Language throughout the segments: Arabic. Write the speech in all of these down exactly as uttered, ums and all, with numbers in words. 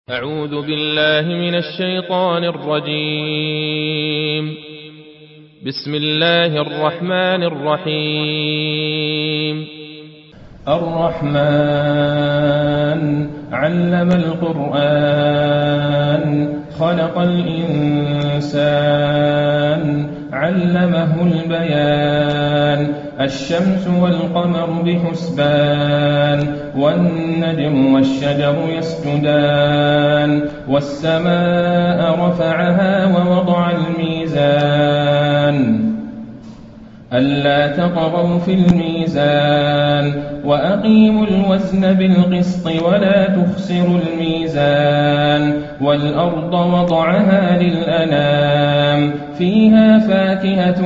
أعوذ بالله من الشيطان الرجيم. بسم الله الرحمن الرحيم. الرحمن علم القرآن خلق الإنسان علمه البيان الشمس والقمر بحسبان والنجم والشجر يسجدان والسماء رفعها ووضع الميزان ألا تطغوا في الميزان وأقيموا الوزن بالقسط ولا تخسروا الميزان والأرض وضعها للأنام فيها فاكهة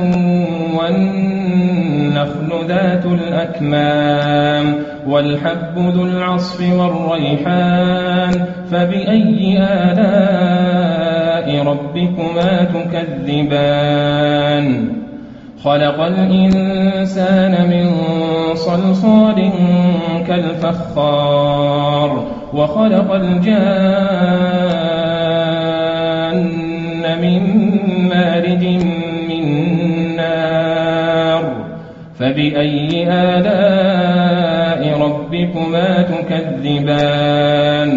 والنخل ذات الأكمام والحب ذو العصف والريحان فبأي آلاء ربكما تكذبان خلق الإنسان من صلصال كالفخار وخلق الجان من مارج من نار فبأي آلاء ربكما تكذبان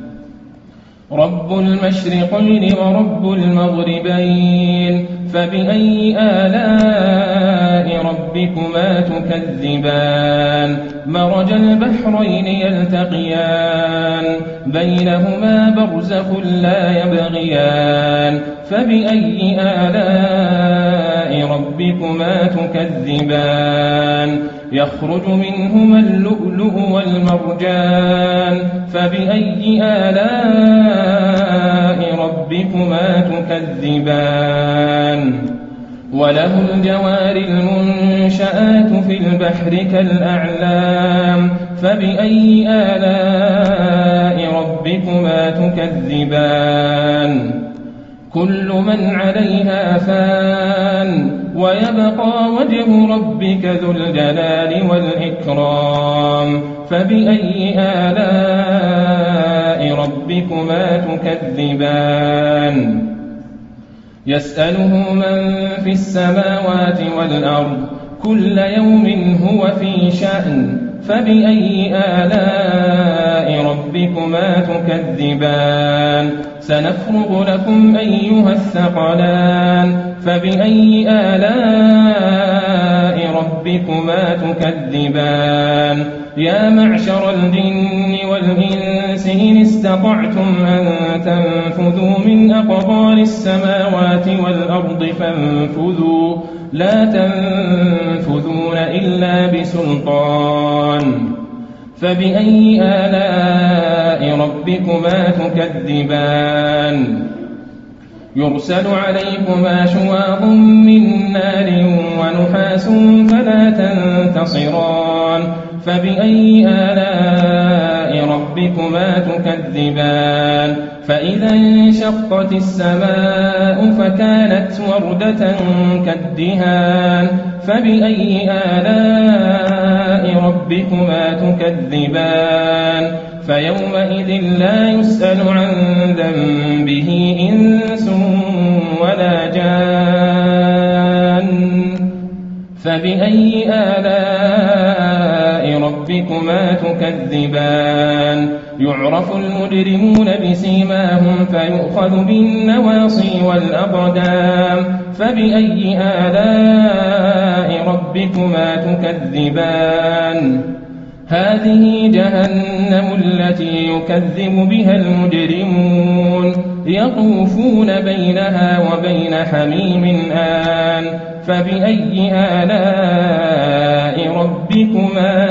رب المشرقين ورب المغربين فبأي آلاء ربكما تكذبان مرج البحرين يلتقيان بينهما برزخ لا يبغيان فبأي آلاء ربكما تكذبان يخرج منهما اللؤلؤ والمرجان فبأي آلاء ربكما تكذبان وله الجوار المنشآت في البحر كالأعلام فبأي آلاء ربكما تكذبان كل من عليها فان ويبقى وجه ربك ذو الجلال والإكرام فبأي آلاء ربكما تكذبان يسأله من في السماوات والأرض كل يوم هو في شأن فبأي آلاء ربكما تكذبان سنفرغ لكم أيها الثقلان فبأي آلاء ربكما تكذبان يا معشر الجن والإنس إن استطعتم أن تنفذوا من أقطار السماوات والأرض فانفذوا لا تنفذون إلا بسلطان فبأي آلاء ربكما تكذبان يرسل عليكما شواظ من نار ونحاس فلا تنتصران فبأي آلاء ربكما تكذبان فإذا انشقت السماء فكانت وردة كالدهان فبأي آلاء ربكما تكذبان فيومئذ لا يسأل عن ذنبه إنس ولا جان فبأي آلاء ربكما تكذبان يعرف المجرمون بسيماهم فيؤخذ بالنواصي والأقدام فبأي آلاء ربكما تكذبان هذه جهنم التي يكذب بها المجرمون يطوفون بينها وبين حميم آن فبأي آلاء ربكما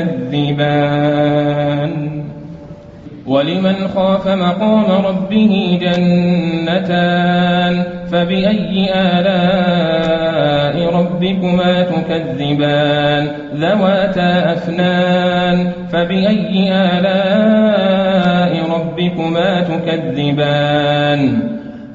تكذبان ولمن خاف مقام ربه جنتان فبأي آلاء ربكما تكذبان ذواتا أفنان فبأي آلاء ربكما تكذبان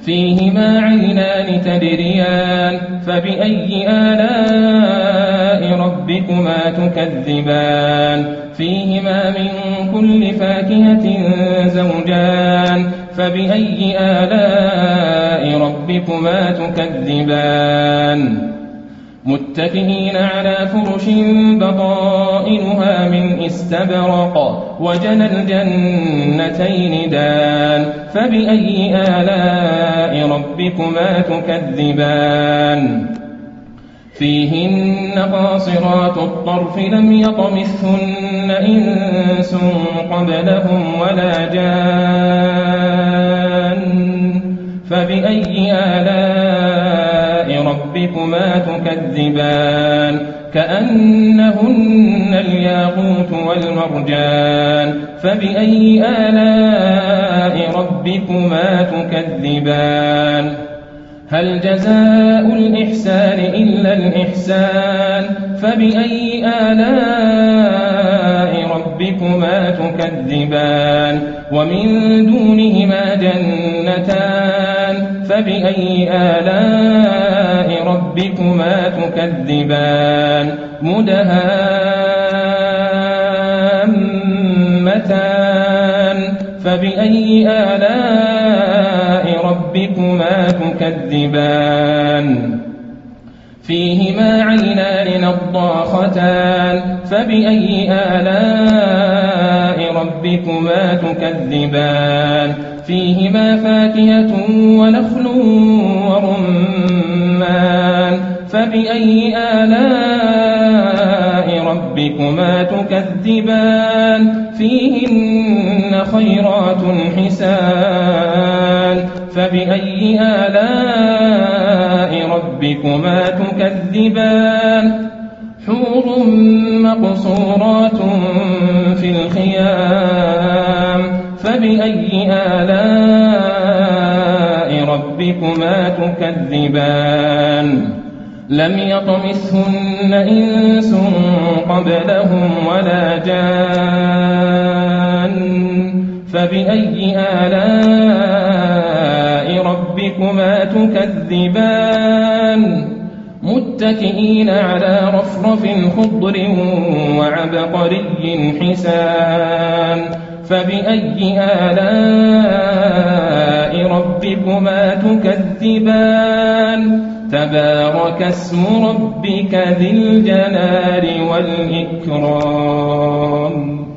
فيهما عينان تجريان فبأي آلاء ربكما تكذبان فيهما من كل فاكهة زوجان فبأي آلاء ربكما تكذبان متكئين على فرش بطائنها من استبرق وجنى الجنتين دان فبأي آلاء ربكما تكذبان فيهن قاصرات الطرف لم يطمثهن إنس قبلهم ولا جان فبأي آلاء ربكما تكذبان كأنهن الياقوت والمرجان فبأي آلاء ربكما تكذبان هل جزاء الإحسان إلا الإحسان فبأي آلاء ربكما تكذبان ومن دونهما جنتان فبأي آلاء ربكما تكذبان مدهامتان فبأي آلاء ربكما تكذبان فيهما عينان نضاختان فبأي آلاء ربكما تكذبان فيهما فاكهة ونخل ورمان فبأي آلاء ربكما تكذبان فيهن خيرات حسان فبأي آلاء ربكما تكذبان حور مقصورات في الخيام فبأي آلاء ربكما تكذبان لم يطمثهن إنس قبلهم ولا جان فبأي آلاء ربكما تكذبان متكئين على رفرف خضر وعبقري حسان فبأي آلاء ربكما تكذبان تبارك اسم ربك ذي الجلال والإكرام